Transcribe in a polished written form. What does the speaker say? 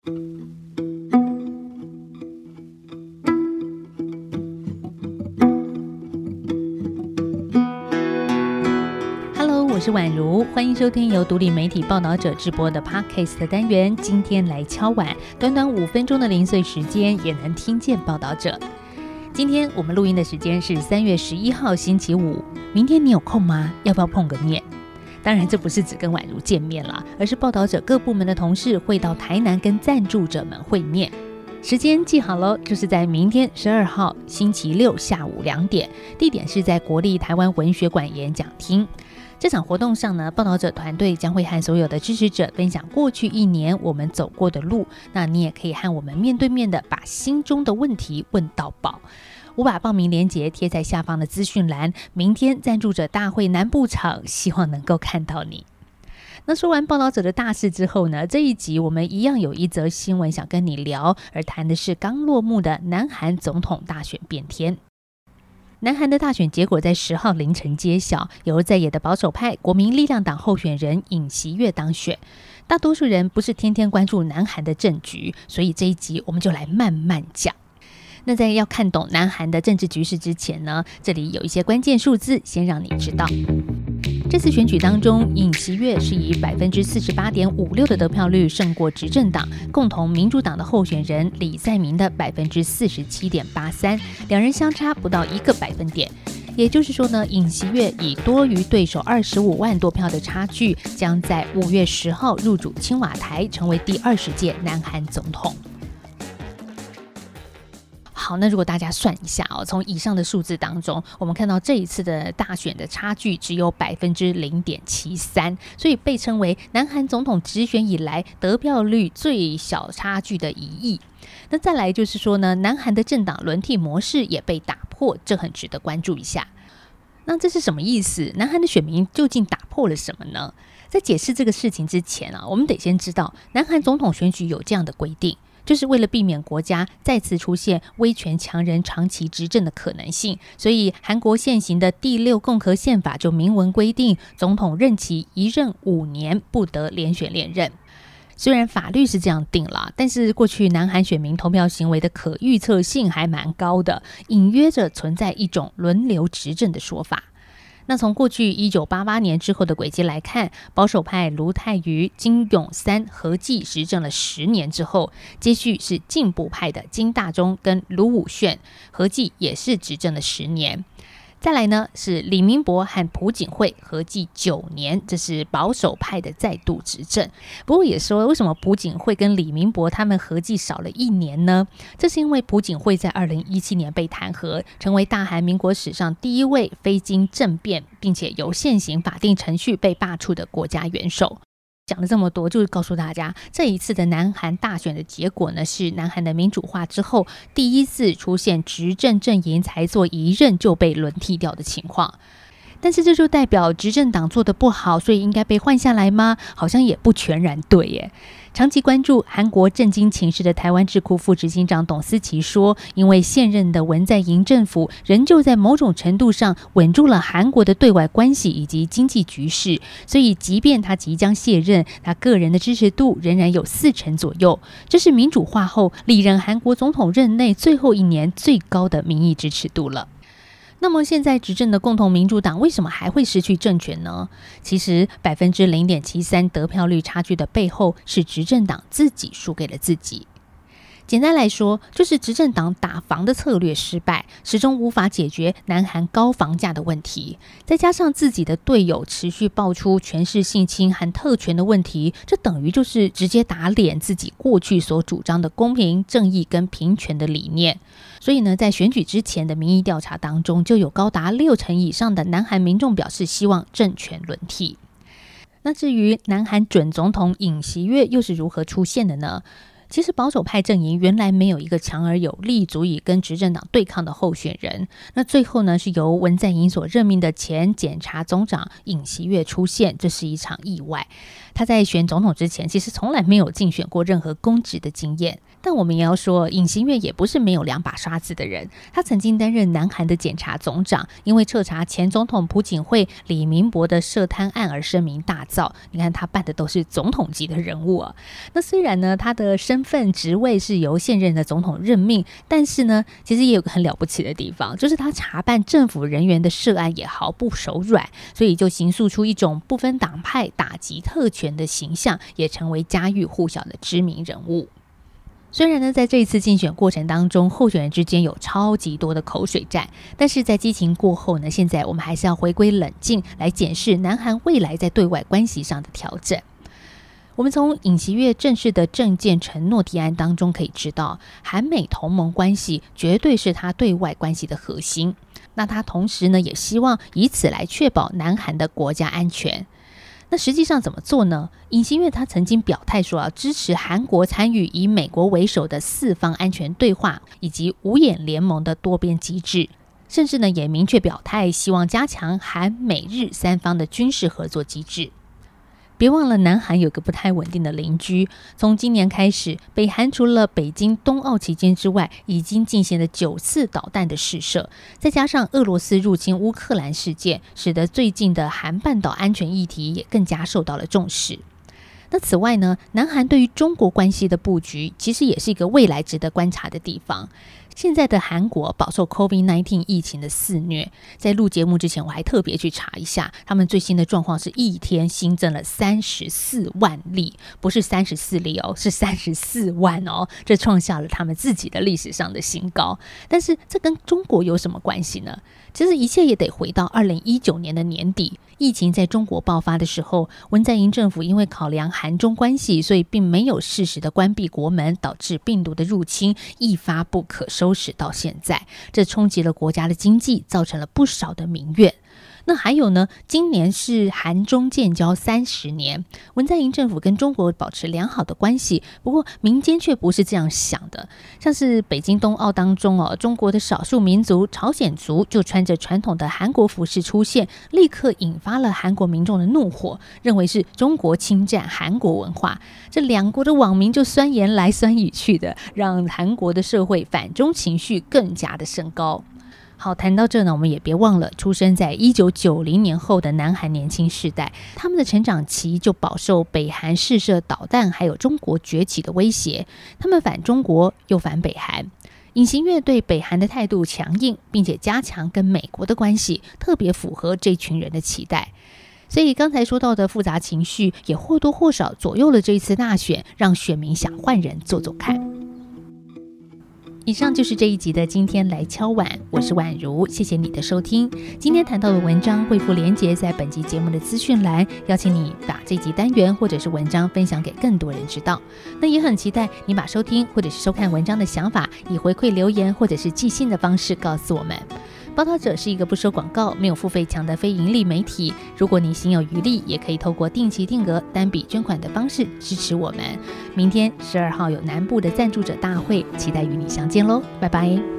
我是宛如，欢迎收听由独立媒体报道者制播的 Podcast 单元。今天来敲碗，短短5分钟的零碎时间也能听见报道者。今天我们录音的时间是3月11号星期五，明天你有空吗？要不要碰个面？当然这不是只跟宛如见面啦，而是报道者各部门的同事会到台南跟赞助者们会面。时间记好了，就是在明天12号星期六下午2点，地点是在国立台湾文学馆演讲厅。这场活动上呢，报道者团队将会和所有的支持者分享过去1年我们走过的路，那你也可以和我们面对面的把心中的问题问到饱。我把报名链接贴在下方的资讯栏，明天赞助者大会南部场，希望能够看到你。那说完报道者的大事之后呢，这一集我们一样有一则新闻想跟你聊，而谈的是刚落幕的南韩总统大选变天。南韩的大选结果在10号凌晨揭晓，由在野的保守派国民力量党候选人尹锡悦当选。大多数人不是天天关注南韩的政局，所以这一集我们就来慢慢讲。那在要看懂南韩的政治局势之前呢，这里有一些关键数字先让你知道。这次选举当中，尹锡悦是以 48.56% 的得票率胜过执政党共同民主党的候选人李在明的 47.83%， 两人相差不到1个百分点。也就是说呢，尹锡悦以多于对手25万多票的差距，将在5月10号入主青瓦台，成为第20届南韩总统。好，那如果大家算一下从以上的数字当中，我们看到这一次的大选的差距只有 0.73%， 所以被称为南韩总统直选以来得票率最小差距的1役。那再来就是说呢，南韩的政党轮替模式也被打破，这很值得关注一下。那这是什么意思？南韩的选民究竟打破了什么呢？在解释这个事情之前我们得先知道南韩总统选举有这样的规定，就是为了避免国家再次出现威权强人长期执政的可能性，所以韩国现行的第6共和宪法就明文规定，总统任期1任5年，不得连选连任。虽然法律是这样定了，但是过去南韩选民投票行为的可预测性还蛮高的，隐约着存在一种轮流执政的说法。那从过去1988年之后的轨迹来看，保守派卢泰愚、金泳三合计执政了10年之后，接续是进步派的金大中跟卢武铉，合计也是执政了10年。再来呢是李明博和朴槿惠，合计9年，这是保守派的再度执政。不过也说，为什么朴槿惠跟李明博他们合计少了1年呢？这是因为朴槿惠在2017年被弹劾，成为大韩民国史上第1位非经政变并且由现行法定程序被罢黜的国家元首。讲了这么多，就是告诉大家，这一次的南韩大选的结果呢，是南韩的民主化之后第一次出现执政阵营才做1任就被轮替掉的情况。但是这就代表执政党做得不好，所以应该被换下来吗？好像也不全然对耶。长期关注韩国政经情势的台湾智库副执行长董思齐说，因为现任的文在寅政府仍旧在某种程度上稳住了韩国的对外关系以及经济局势，所以即便他即将卸任，他个人的支持度仍然有40%左右，这是民主化后历任韩国总统任内最后1年最高的民意支持度了。那么现在执政的共同民主党为什么还会失去政权呢？其实 0.73% 得票率差距的背后，是执政党自己输给了自己。简单来说，就是执政党打房的策略失败，始终无法解决南韩高房价的问题，再加上自己的队友持续爆出权势性侵和特权的问题，这等于就是直接打脸自己过去所主张的公平、正义跟平权的理念。所以呢，在选举之前的民意调查当中，就有高达60%以上的南韩民众表示希望政权轮替。那至于南韩准总统尹锡悦又是如何出现的呢？其实保守派阵营原来没有一个强而有力足以跟执政党对抗的候选人，那最后呢是由文在寅所任命的前检察总长尹锡悦出现，这是一场意外。他在选总统之前其实从来没有竞选过任何公职的经验，但我们也要说，尹锡悦也不是没有2把刷子的人。他曾经担任南韩的检察总长，因为彻查前总统朴槿惠、李明博的涉贪案而声名大噪。你看他办的都是总统级的人物啊。那虽然呢他的声身份职位是由现任的总统任命，但是呢，其实也有个很了不起的地方，就是他查办政府人员的涉案也毫不手软，所以就形塑出一种不分党派打击特权的形象，也成为家喻户晓的知名人物。虽然呢，在这一次竞选过程当中，候选人之间有超级多的口水战，但是在激情过后呢，现在我们还是要回归冷静，来检视南韩未来在对外关系上的调整。我们从尹锡悦正式的政见承诺提案当中可以知道，韩美同盟关系绝对是他对外关系的核心。那他同时呢，也希望以此来确保南韩的国家安全。那实际上怎么做呢？尹锡悦他曾经表态说要支持韩国参与以美国为首的四方安全对话以及五眼联盟的多边机制，甚至呢也明确表态希望加强韩美日三方的军事合作机制。别忘了，南韩有个不太稳定的邻居。从今年开始，北韩除了北京冬奥期间之外，已经进行了9次导弹的试射，再加上俄罗斯入侵乌克兰事件，使得最近的韩半岛安全议题也更加受到了重视。那此外呢，南韩对于中国关系的布局，其实也是一个未来值得观察的地方。现在的韩国饱受 COVID-19 疫情的肆虐，在录节目之前我还特别去查一下，他们最新的状况是一天新增了34万例，不是34例哦，是34万哦，这创下了他们自己的历史上的新高。但是这跟中国有什么关系呢？其实一切也得回到2019年的年底，疫情在中国爆发的时候，文在寅政府因为考量韩中关系，所以并没有适时的关闭国门，导致病毒的入侵一发不可收拾到现在，这冲击了国家的经济，造成了不少的民怨。那还有呢，今年是韩中建交30年，文在寅政府跟中国保持良好的关系，不过民间却不是这样想的。像是北京冬奥当中中国的少数民族朝鲜族就穿着传统的韩国服饰出现，立刻引发了韩国民众的怒火，认为是中国侵占韩国文化。这两国的网民就酸言来酸语去的，让韩国的社会反中情绪更加的升高。好，谈到这呢，我们也别忘了出生在1990年后的南韩年轻世代，他们的成长期就饱受北韩试射导弹还有中国崛起的威胁，他们反中国又反北韩。尹锡悦对北韩的态度强硬，并且加强跟美国的关系，特别符合这群人的期待。所以刚才说到的复杂情绪，也或多或少左右了这一次大选，让选民想换人做做看。以上就是这一集的今天来敲碗，我是婉如，谢谢你的收听。今天谈到的文章会附连结在本集节目的资讯栏，邀请你把这集单元或者是文章分享给更多人知道。那也很期待你把收听或者是收看文章的想法，以回馈留言或者是寄信的方式告诉我们。报道者是一个不收广告、没有付费墙的非盈利媒体。如果你心有余力，也可以透过定期定额单笔捐款的方式支持我们。明天12号有南部的赞助者大会，期待与你相见喽，拜拜。